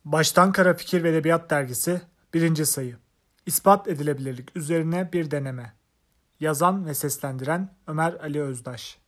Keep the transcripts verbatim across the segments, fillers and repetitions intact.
Baştan Kara Fikir ve Edebiyat Dergisi birinci sayı. İspat edilebilirlik üzerine bir deneme. Yazan ve seslendiren Ömer Ali Özdaş.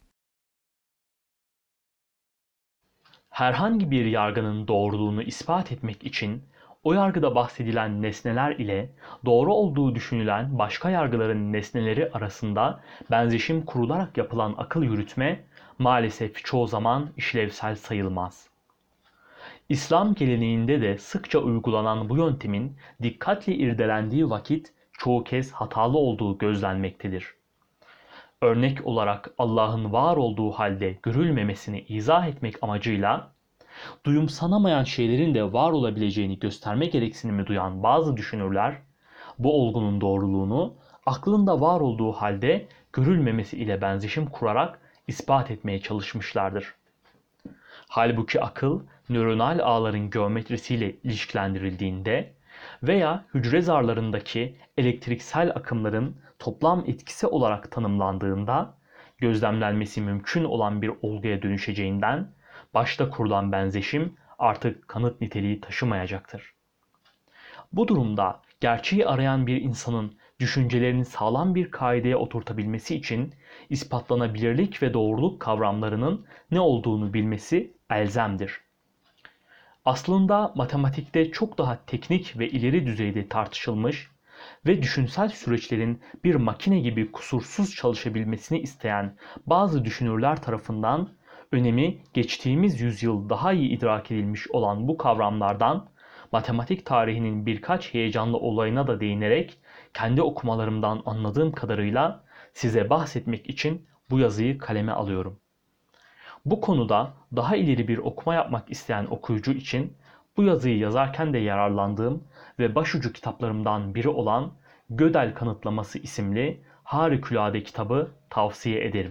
Herhangi bir yargının doğruluğunu ispat etmek için o yargıda bahsedilen nesneler ile doğru olduğu düşünülen başka yargıların nesneleri arasında benzeşim kurularak yapılan akıl yürütme maalesef çoğu zaman işlevsel sayılmaz. İslam geleneğinde de sıkça uygulanan bu yöntemin dikkatle irdelendiği vakit çoğu kez hatalı olduğu gözlenmektedir. Örnek olarak Allah'ın var olduğu halde görülmemesini izah etmek amacıyla duyumsanamayan şeylerin de var olabileceğini gösterme gereksinimi duyan bazı düşünürler, bu olgunun doğruluğunu aklında var olduğu halde görülmemesi ile benzeşim kurarak ispat etmeye çalışmışlardır. Halbuki akıl, nöronal ağların geometrisiyle ilişkilendirildiğinde veya hücre zarlarındaki elektriksel akımların toplam etkisi olarak tanımlandığında gözlemlenmesi mümkün olan bir olguya dönüşeceğinden başta kurulan benzeşim artık kanıt niteliği taşımayacaktır. Bu durumda gerçeği arayan bir insanın düşüncelerini sağlam bir kaideye oturtabilmesi için ispatlanabilirlik ve doğruluk kavramlarının ne olduğunu bilmesi elzemdir. Aslında matematikte çok daha teknik ve ileri düzeyde tartışılmış ve düşünsel süreçlerin bir makine gibi kusursuz çalışabilmesini isteyen bazı düşünürler tarafından önemi geçtiğimiz yüzyıl daha iyi idrak edilmiş olan bu kavramlardan matematik tarihinin birkaç heyecanlı olayına da değinerek kendi okumalarımdan anladığım kadarıyla size bahsetmek için bu yazıyı kaleme alıyorum. Bu konuda daha ileri bir okuma yapmak isteyen okuyucu için bu yazıyı yazarken de yararlandığım ve başucu kitaplarımdan biri olan Gödel Kanıtlaması isimli harikulade kitabı tavsiye ederim.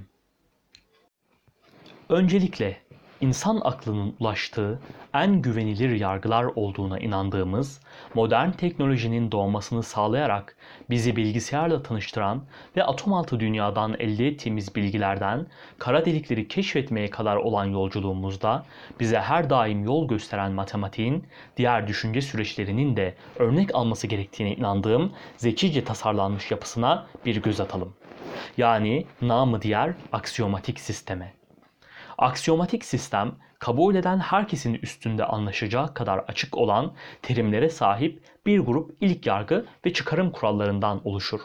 Öncelikle insan aklının ulaştığı en güvenilir yargılar olduğuna inandığımız modern teknolojinin doğmasını sağlayarak bizi bilgisayarla tanıştıran ve atom altı dünyadan elde ettiğimiz bilgilerden kara delikleri keşfetmeye kadar olan yolculuğumuzda bize her daim yol gösteren matematiğin diğer düşünce süreçlerinin de örnek alması gerektiğine inandığım zekice tasarlanmış yapısına bir göz atalım. Yani namı diğer aksiyomatik sisteme. Aksiyomatik sistem, kabul eden herkesin üstünde anlaşacağı kadar açık olan terimlere sahip bir grup ilk yargı ve çıkarım kurallarından oluşur.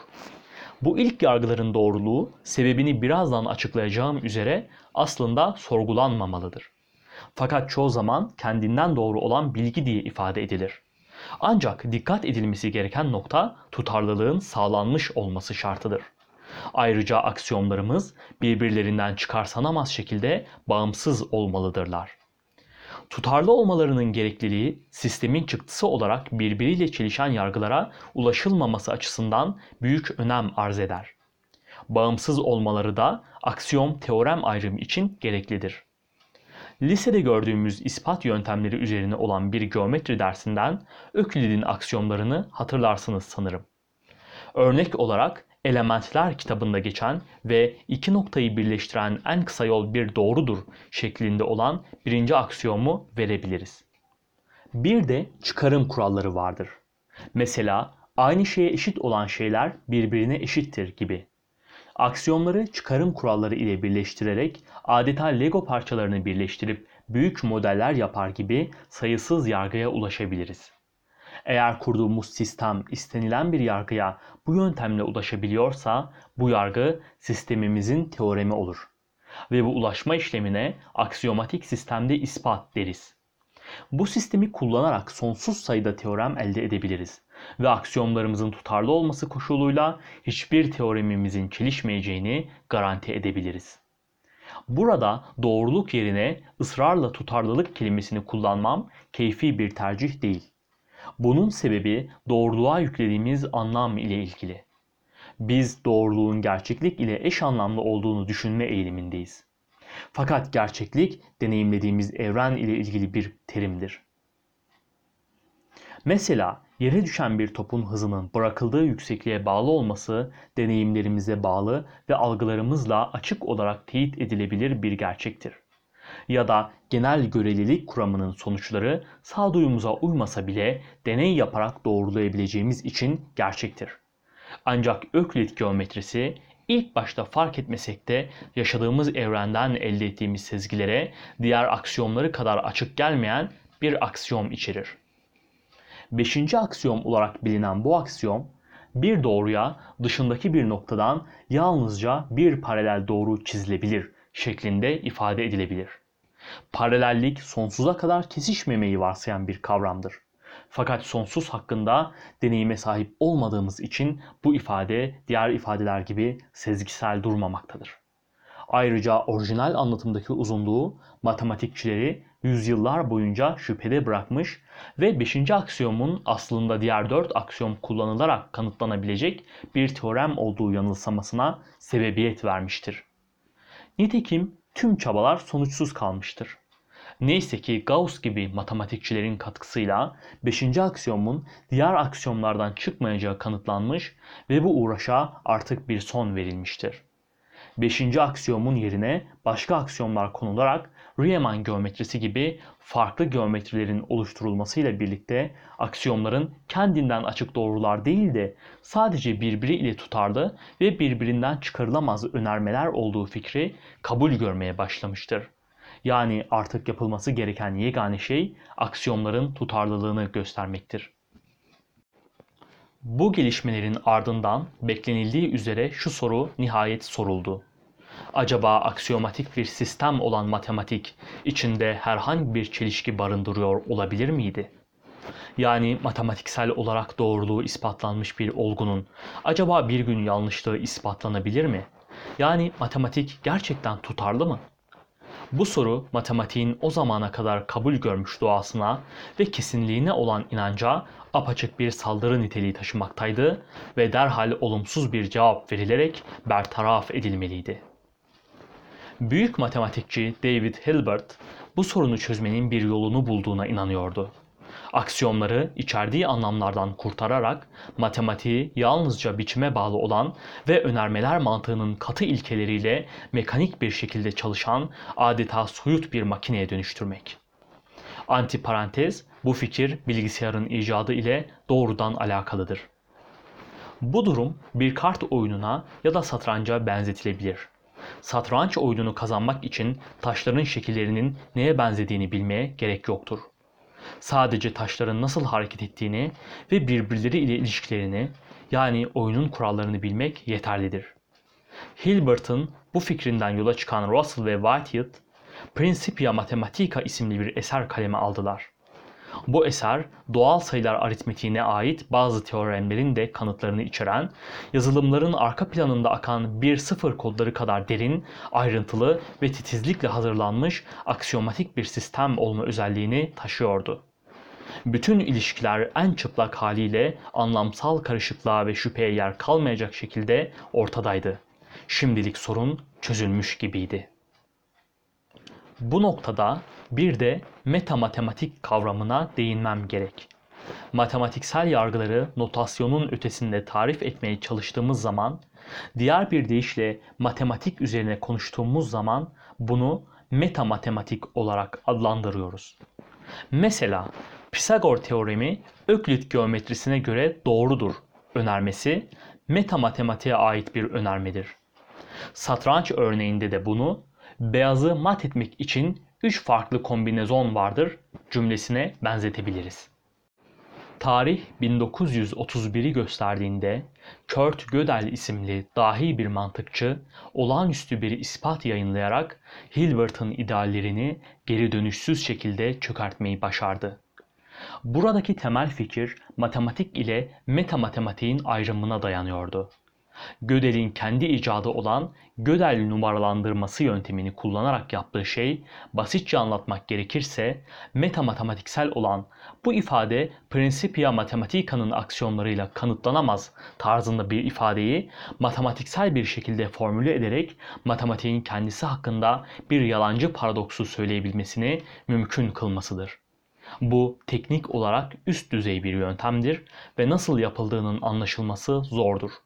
Bu ilk yargıların doğruluğu, sebebini birazdan açıklayacağım üzere aslında sorgulanmamalıdır. Fakat çoğu zaman kendinden doğru olan bilgi diye ifade edilir. Ancak dikkat edilmesi gereken nokta tutarlılığın sağlanmış olması şartıdır. Ayrıca aksiyomlarımız birbirlerinden çıkarsanamaz şekilde bağımsız olmalıdırlar. Tutarlı olmalarının gerekliliği sistemin çıktısı olarak birbiriyle çelişen yargılara ulaşılmaması açısından büyük önem arz eder. Bağımsız olmaları da aksiyom teorem ayrımı için gereklidir. Lisede gördüğümüz ispat yöntemleri üzerine olan bir geometri dersinden Öklid'in aksiyomlarını hatırlarsınız sanırım. Örnek olarak Elementler kitabında geçen ve iki noktayı birleştiren en kısa yol bir doğrudur şeklinde olan birinci aksiyomu verebiliriz. Bir de çıkarım kuralları vardır. Mesela aynı şeye eşit olan şeyler birbirine eşittir gibi. Aksiyomları çıkarım kuralları ile birleştirerek adeta Lego parçalarını birleştirip büyük modeller yapar gibi sayısız yargıya ulaşabiliriz. Eğer kurduğumuz sistem istenilen bir yargıya bu yöntemle ulaşabiliyorsa bu yargı sistemimizin teoremi olur. Ve bu ulaşma işlemine aksiyomatik sistemde ispat deriz. Bu sistemi kullanarak sonsuz sayıda teorem elde edebiliriz ve aksiyomlarımızın tutarlı olması koşuluyla hiçbir teoremimizin çelişmeyeceğini garanti edebiliriz. Burada doğruluk yerine ısrarla tutarlılık kelimesini kullanmam keyfi bir tercih değil. Bunun sebebi doğruluğa yüklediğimiz anlam ile ilgili. Biz doğruluğun gerçeklik ile eş anlamlı olduğunu düşünme eğilimindeyiz. Fakat gerçeklik deneyimlediğimiz evren ile ilgili bir terimdir. Mesela yere düşen bir topun hızının bırakıldığı yüksekliğe bağlı olması deneyimlerimize bağlı ve algılarımızla açık olarak teyit edilebilir bir gerçektir. ya da genel görelilik kuramının sonuçları sağduyumuza uymasa bile deney yaparak doğrulayabileceğimiz için gerçektir. Ancak Öklit geometrisi ilk başta fark etmesek de yaşadığımız evrenden elde ettiğimiz sezgilere diğer aksiyomları kadar açık gelmeyen bir aksiyom içerir. Beşinci aksiyom olarak bilinen bu aksiyom, bir doğruya dışındaki bir noktadan yalnızca bir paralel doğru çizilebilir şeklinde ifade edilebilir. Paralellik sonsuza kadar kesişmemeyi varsayan bir kavramdır. Fakat sonsuz hakkında deneyime sahip olmadığımız için bu ifade diğer ifadeler gibi sezgisel durmamaktadır. Ayrıca orijinal anlatımdaki uzunluğu matematikçileri yüzyıllar boyunca şüphede bırakmış ve beşinci aksiyomun aslında diğer dört aksiyom kullanılarak kanıtlanabilecek bir teorem olduğu yanılsamasına sebebiyet vermiştir. Nitekim tüm çabalar sonuçsuz kalmıştır. Neyse ki Gauss gibi matematikçilerin katkısıyla beşinci aksiyomun diğer aksiyomlardan çıkmayacağı kanıtlanmış ve bu uğraşa artık bir son verilmiştir. Beşinci aksiyomun yerine başka aksiyomlar konularak Riemann geometrisi gibi farklı geometrilerin oluşturulmasıyla birlikte aksiyomların kendinden açık doğrular değil de sadece birbiriyle tutarlı ve birbirinden çıkarılamaz önermeler olduğu fikri kabul görmeye başlamıştır. Yani artık yapılması gereken yegane şey aksiyomların tutarlılığını göstermektir. Bu gelişmelerin ardından beklenildiği üzere şu soru nihayet soruldu. Acaba aksiyomatik bir sistem olan matematik içinde herhangi bir çelişki barındırıyor olabilir miydi? Yani matematiksel olarak doğruluğu ispatlanmış bir olgunun acaba bir gün yanlışlığı ispatlanabilir mi? Yani matematik gerçekten tutarlı mı? Bu soru matematiğin o zamana kadar kabul görmüş doğasına ve kesinliğine olan inanca apaçık bir saldırı niteliği taşımaktaydı ve derhal olumsuz bir cevap verilerek bertaraf edilmeliydi. Büyük matematikçi David Hilbert bu sorunu çözmenin bir yolunu bulduğuna inanıyordu. Aksiyomları içerdiği anlamlardan kurtararak matematiği yalnızca biçime bağlı olan ve önermeler mantığının katı ilkeleriyle mekanik bir şekilde çalışan adeta soyut bir makineye dönüştürmek. Antiparantez, bu fikir bilgisayarın icadı ile doğrudan alakalıdır. Bu durum bir kart oyununa ya da satranca benzetilebilir. Satranç oyununu kazanmak için taşların şekillerinin neye benzediğini bilmeye gerek yoktur. Sadece taşların nasıl hareket ettiğini ve birbirleri ile ilişkilerini, yani oyunun kurallarını bilmek yeterlidir. Hilbert'ın bu fikrinden yola çıkan Russell ve Whitehead, Principia Mathematica isimli bir eser kaleme aldılar. Bu eser, doğal sayılar aritmetiğine ait bazı teoremlerin de kanıtlarını içeren, yazılımların arka planında akan bir sıfır kodları kadar derin, ayrıntılı ve titizlikle hazırlanmış aksiyomatik bir sistem olma özelliğini taşıyordu. Bütün ilişkiler en çıplak haliyle anlamsal karışıklığa ve şüpheye yer kalmayacak şekilde ortadaydı. Şimdilik sorun çözülmüş gibiydi. Bu noktada bir de metamatematik kavramına değinmem gerek. Matematiksel yargıları notasyonun ötesinde tarif etmeye çalıştığımız zaman, diğer bir deyişle matematik üzerine konuştuğumuz zaman bunu metamatematik olarak adlandırıyoruz. Mesela Pisagor teoremi Öklit geometrisine göre doğrudur önermesi metamatematiğe ait bir önermedir. Satranç örneğinde de bunu beyazı mat etmek için üç farklı kombinezon vardır cümlesine benzetebiliriz. Tarih bin dokuz yüz otuz biri gösterdiğinde Kurt Gödel isimli dahi bir mantıkçı olağanüstü bir ispat yayınlayarak Hilbert'ın ideallerini geri dönüşsüz şekilde çökertmeyi başardı. Buradaki temel fikir matematik ile metamatematiğin ayrımına dayanıyordu. Gödel'in kendi icadı olan Gödel numaralandırması yöntemini kullanarak yaptığı şey, basitçe anlatmak gerekirse, metamatematiksel olan bu ifade Principia Mathematica'nın aksiyonlarıyla kanıtlanamaz tarzında bir ifadeyi matematiksel bir şekilde formüle ederek matematiğin kendisi hakkında bir yalancı paradoksu söyleyebilmesini mümkün kılmasıdır. Bu teknik olarak üst düzey bir yöntemdir ve nasıl yapıldığının anlaşılması zordur.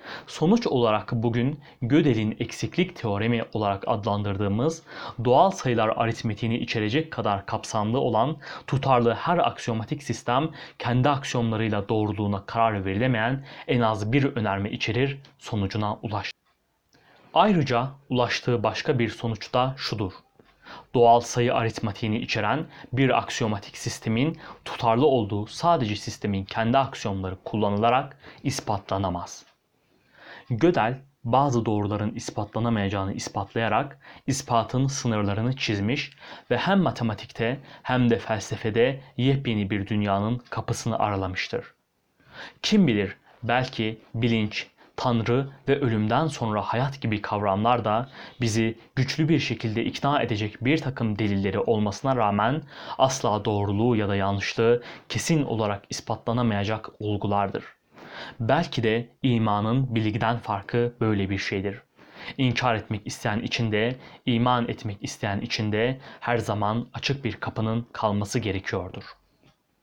Sonuç olarak bugün Gödel'in eksiklik teoremi olarak adlandırdığımız doğal sayılar aritmetiğini içerecek kadar kapsamlı olan tutarlı her aksiyomatik sistem kendi aksiyomlarıyla doğruluğuna karar verilemeyen en az bir önerme içerir sonucuna ulaştı. Ayrıca ulaştığı başka bir sonuç da şudur. Doğal sayı aritmatiğini içeren bir aksiyomatik sistemin tutarlı olduğu sadece sistemin kendi aksiyomları kullanılarak ispatlanamaz. Gödel, bazı doğruların ispatlanamayacağını ispatlayarak ispatın sınırlarını çizmiş ve hem matematikte hem de felsefede yepyeni bir dünyanın kapısını aralamıştır. Kim bilir, belki bilinç, Tanrı ve ölümden sonra hayat gibi kavramlar da bizi güçlü bir şekilde ikna edecek bir takım delilleri olmasına rağmen asla doğruluğu ya da yanlışlığı kesin olarak ispatlanamayacak olgulardır. Belki de imanın bilgiden farkı böyle bir şeydir. İnkar etmek isteyen için de, iman etmek isteyen için de her zaman açık bir kapının kalması gerekiyordur.